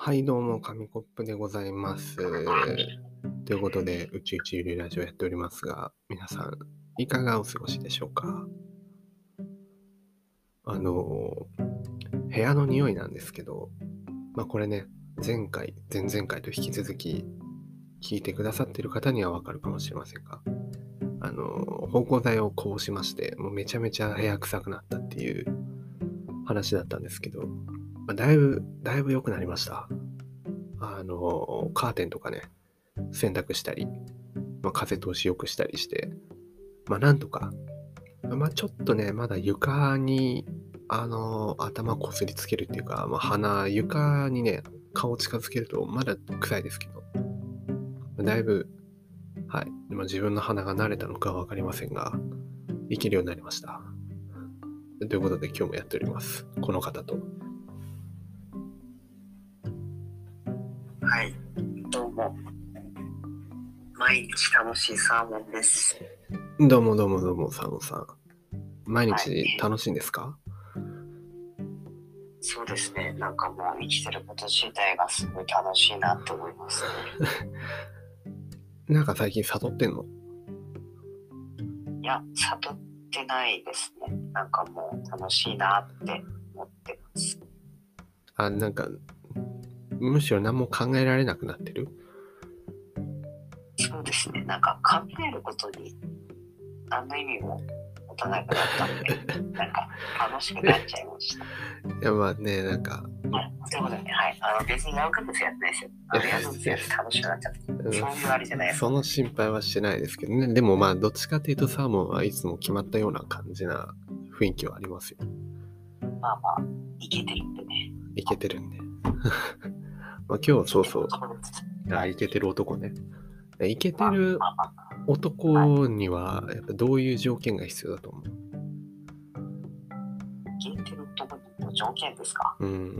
はいどうも、紙コップでございます。ということで、うちうちゆるラジオやっておりますが、皆さん、いかがお過ごしでしょうか？部屋の匂いなんですけど、これね、前回、前々回と引き続き、聞いてくださっている方にはわかるかもしれませんが、芳香剤をこうしまして、もうめちゃめちゃ部屋臭くなったっていう話だったんですけど、だいぶ良くなりました。カーテンとかね、洗濯したり、風通し良くしたりして、なんとか、ちょっとね、まだ床に、頭こすりつけるっていうか、床にね、顔近づけるとまだ臭いですけど、だいぶ、はい、自分の鼻が慣れたのかはわかりませんが、いけるようになりました。ということで今日もやっております。この方と。 はい、どうも。毎日楽しいサーモンです。 どうも、サーモンさん。毎日楽しいんですか？ そうですね。なんかもう生きてること自体がすごい楽しいなって思いますね。 なんか最近悟ってんの？ いや、悟ってないですね。なんかもう楽しいなって思ってます。 なんか、むしろ何も考えられなくなってる？ そうですね。なんか考えることに何の意味も持たなくなったんで、なんか楽しくなっちゃいました。 いやなんか、 ということでね、はい。別に薬物やってないですよ。薬物やって楽しくなっちゃった。そういうあれじゃないです。 その心配はしてないですけどね。でもどっちかっていうとサーモンはいつも決まったような感じな雰囲気はありますよ。 いけてるんでね。 いけてるんで。今日そうそう。いけてる男ね。いけてる男にはやっぱどういう条件が必要だと思う？ いけてる男の条件ですか？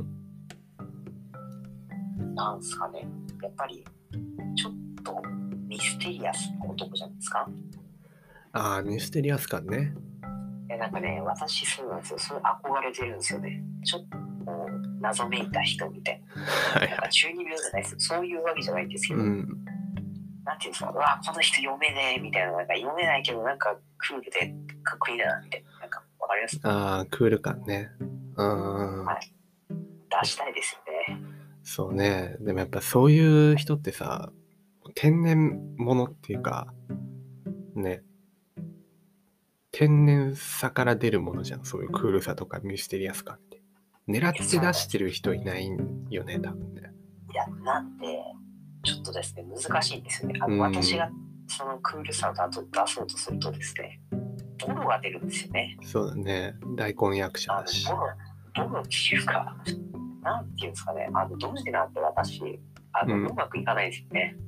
なんすかね。やっぱりちょっとミステリアスな男じゃないですか？ ミステリアス感ね。 なんかね、私そうなんですよ。それ憧れてるんですよね。ちょっと謎めいた人みたいな。なんか中二病じゃないですよ。そういうわけじゃないんですけど。なんていうんですか、この人読めねえみたいな、なんか読めないけどなんかクールでかっこいいなって、なんかわかります？ クール感ね。 はい。出したいですよね。 そうね。でもやっぱそういう人ってさ、天然物っていうか、ね、天然さから出るものじゃん。そういうクールさとかミステリアス感って。狙って出してる人いないよね、多分ね。 いや、なんで、ちょっとですね、難しいんですよね。私がそのクールさを出そうとするとですね、ボロが出るんですよね。 そうだね。大根役者だし。 ボロっていうか、なんていうんですかね、ドジなんて私、うまくいかないですよね。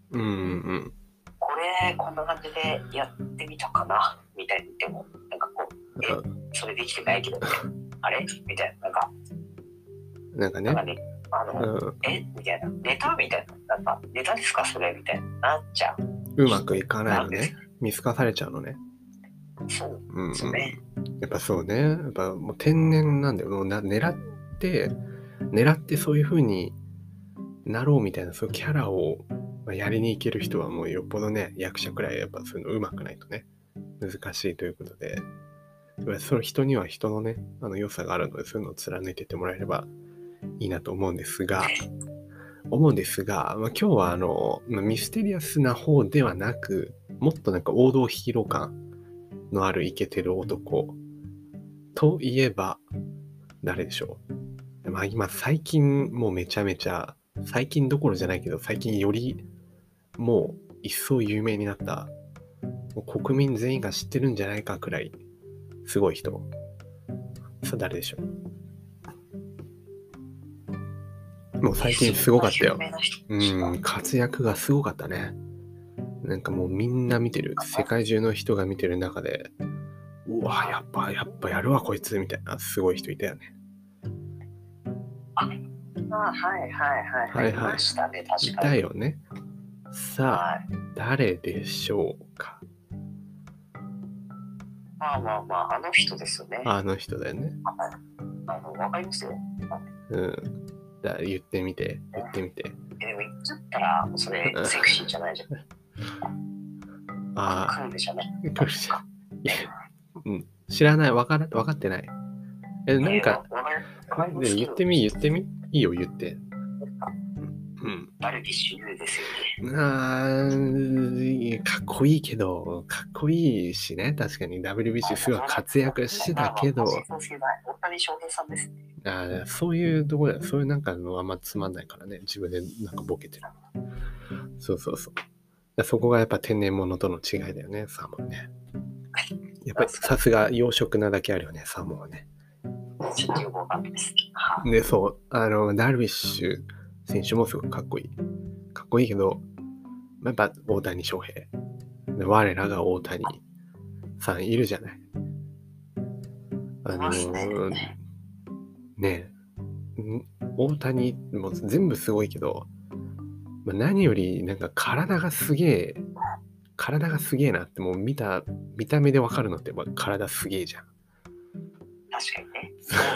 こんな感じでやってみたかなみたいに言っても、なんかこう、それできてないけどって、あれみたいな、なんかね、みたいな、ネタみたいな、なんか、ネタですかそれみたいな、なっちゃう。 うまくいかないのね。見透かされちゃうのね。 そうですね。 やっぱそうね。やっぱもう天然なんだよ。もう狙ってそういう風になろうみたいな、そういうキャラをやりに行ける人はもうよっぽどね、役者くらいやっぱそういうの上手くないとね、難しいということで、その人には人のね、良さがあるので、そういうのを貫いてってもらえればいいなと思うんですが、今日はミステリアスな方ではなく、もっとなんか王道ヒーロー感のあるイケてる男といえば誰でしょう？今最近もうめちゃめちゃ、最近どころじゃないけど、最近よりもう一層有名になった、もう国民全員が知ってるんじゃないかくらいすごい人。さあ誰でしょう？もう最近すごかったよ。活躍がすごかったね。なんかもうみんな見てる、世界中の人が見てる中で、うわ、やっぱやるわこいつみたいなすごい人いたよね。 はい。いましたね、確かに。 いたよね。さあ、誰でしょうか？ あの人ですよね。 あの人だよね。 わかりますよ。 言ってみて。 でも言っちゃったら、それセクシーじゃないじゃん。クールじゃない。 クールじゃん。いや、知らない、分かってない。なんか、言ってみ。いいよ、言って。 ダルビッシュ有ですよね。かっこいいけど、かっこいいしね。確かに WBC すごい活躍してたけど。 大谷翔平さんですね。 そういうとこだよ。そういうなんかのあんまつまんないからね。自分でなんかボケてる。そう。そこがやっぱ天然物との違いだよね、サーモンね。やっぱりさすが養殖なだけあるよね、サーモンはね。 ちょっとよくわかんないです。 で、そう、ダルビッシュ選手もすごくかっこいい。かっこいいけど、やっぱ大谷翔平。我らが大谷さんいるじゃない。ねえ、大谷も全部すごいけど、何よりなんか体がすげえなってもう見た目でわかるのって体すげえじゃん。 確かにね。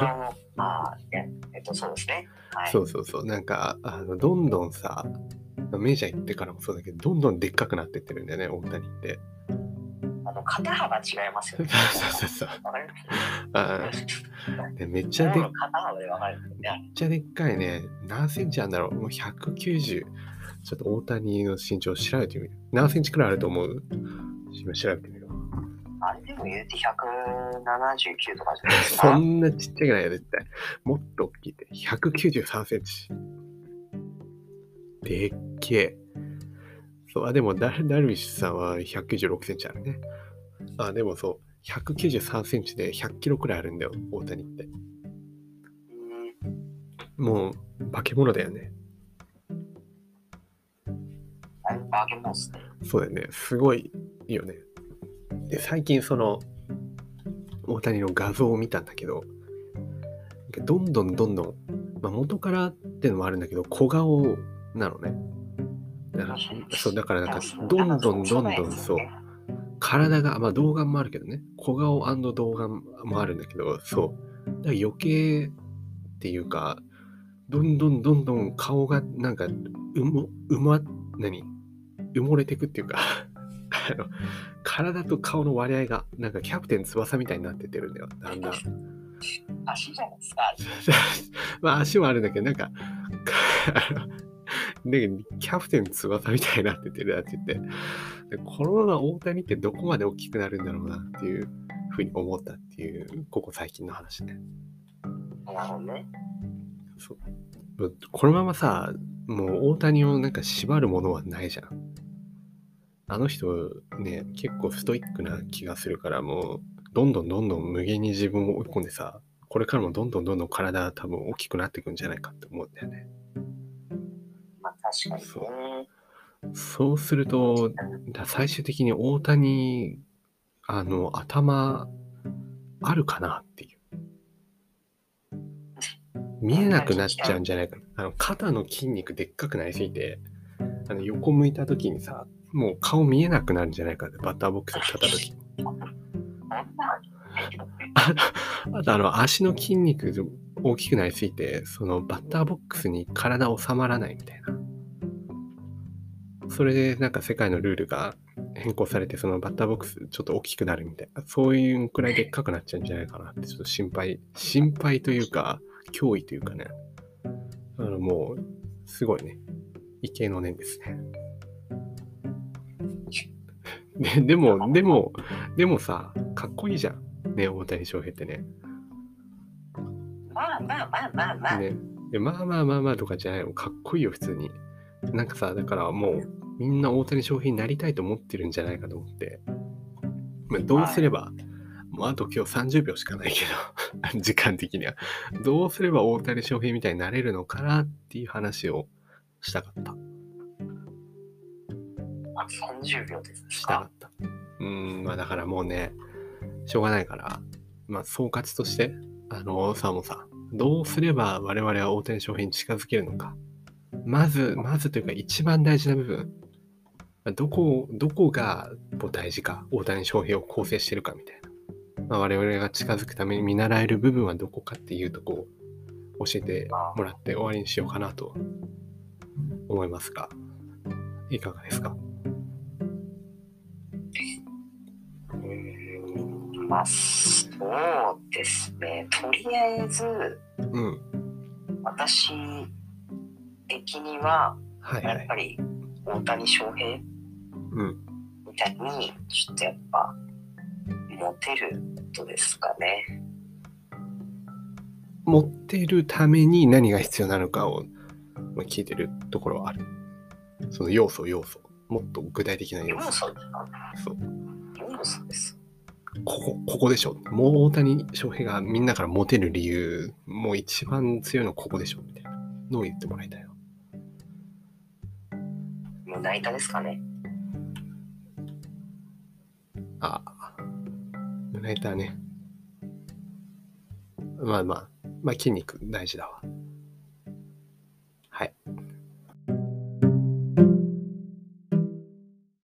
そうですね。はい、 そう。なんかどんどんさ、メジャー行ってからもそうだけど、どんどんでっかくなってってるんだよね、大谷って。 肩幅違いますよね。 そう。めっちゃでっかいね。何センチあるんだろう。もう190。ちょっと大谷の身長を調べてみる。何センチくらいあると思う？今調べてみる。 あれでも言うて179とかじゃないですか。 そんなちっちゃくないよ、絶対。もっと大きいって。193センチ。でっけえ。そう、でもダルビッシュさんは196センチあるね。でもそう、193センチで100キロくらいあるんだよ、大谷って。もう、化け物だよね。 化け物っすね。 そうだよね。すごいよね。で、最近その、大谷の画像を見たんだけど、どんどん、元からってのもあるんだけど、小顔なのね。だからなんか、どんどんそう、体が、動画もあるけどね、小顔&動画もあるんだけど、そう。だから余計っていうか、どんどん顔がなんか、埋もれてくっていうか、体と顔の割合が、なんかキャプテン翼みたいになってってるんだよ、だんだん。 足じゃないですか。足もあるんだけど、なんか、キャプテン翼みたいになっててるなって言って、このまま大谷ってどこまで大きくなるんだろうなっていうふうに思ったっていう、ここ最近の話ね。 なるほどね。 そう。このままさ、もう大谷をなんか縛るものはないじゃん。あの人ね、結構ストイックな気がするから、もうどんどん無限に自分を追い込んでさ、これからもどんどん体多分大きくなっていくんじゃないかって思うんだよね。 確かにね。 そうすると、最終的に大谷、頭、あるかなっていう。見えなくなっちゃうんじゃないかな。肩の筋肉でっかくなりすぎて、横向いた時にさ、もう顔見えなくなるんじゃないかって、バッターボックスに立った時。あと足の筋肉大きくなりすぎて、そのバッターボックスに体収まらないみたいな。それでなんか世界のルールが変更されて、そのバッターボックスちょっと大きくなるみたいな、そういうくらいでっかくなっちゃうんじゃないかなってちょっと心配というか脅威というかね、もうすごいね、畏敬の念ですね。でもさ、かっこいいじゃんね、大谷翔平ってね。 まあね、まあとかじゃないの、かっこいいよ普通に。なんかさ、だからもうみんな大谷翔平になりたいと思ってるんじゃないかと思って、どうすれば、もうあと今日30秒しかないけど時間的にはどうすれば大谷翔平みたいになれるのかなっていう話をしたかった。 30秒ですか。 したかった。だからもうね、しょうがないから、総括としてサーモンさん、どうすれば我々は大谷翔平に近づけるのか。まずというか一番大事な部分、どこが大事か、大谷翔平を構成してるかみたいな。我々が近づくために見習える部分はどこかっていうとこ教えてもらって終わりにしようかなと思いますが、いかがですか？ まあ、そうですね。とりあえず、私的には、やっぱり大谷翔平みたいに、ちょっとやっぱ、モテるとですかね。 モテるために何が必要なのかを聞いてるところはある。その要素。もっと具体的な要素。そう。 要素です。 ここでしょ。もう大谷翔平がみんなからモテる理由、もう一番強いのはここでしょみたいなのを言ってもらいたいよ。 胸板ですかね。 胸板ね。まあ筋肉大事だわ。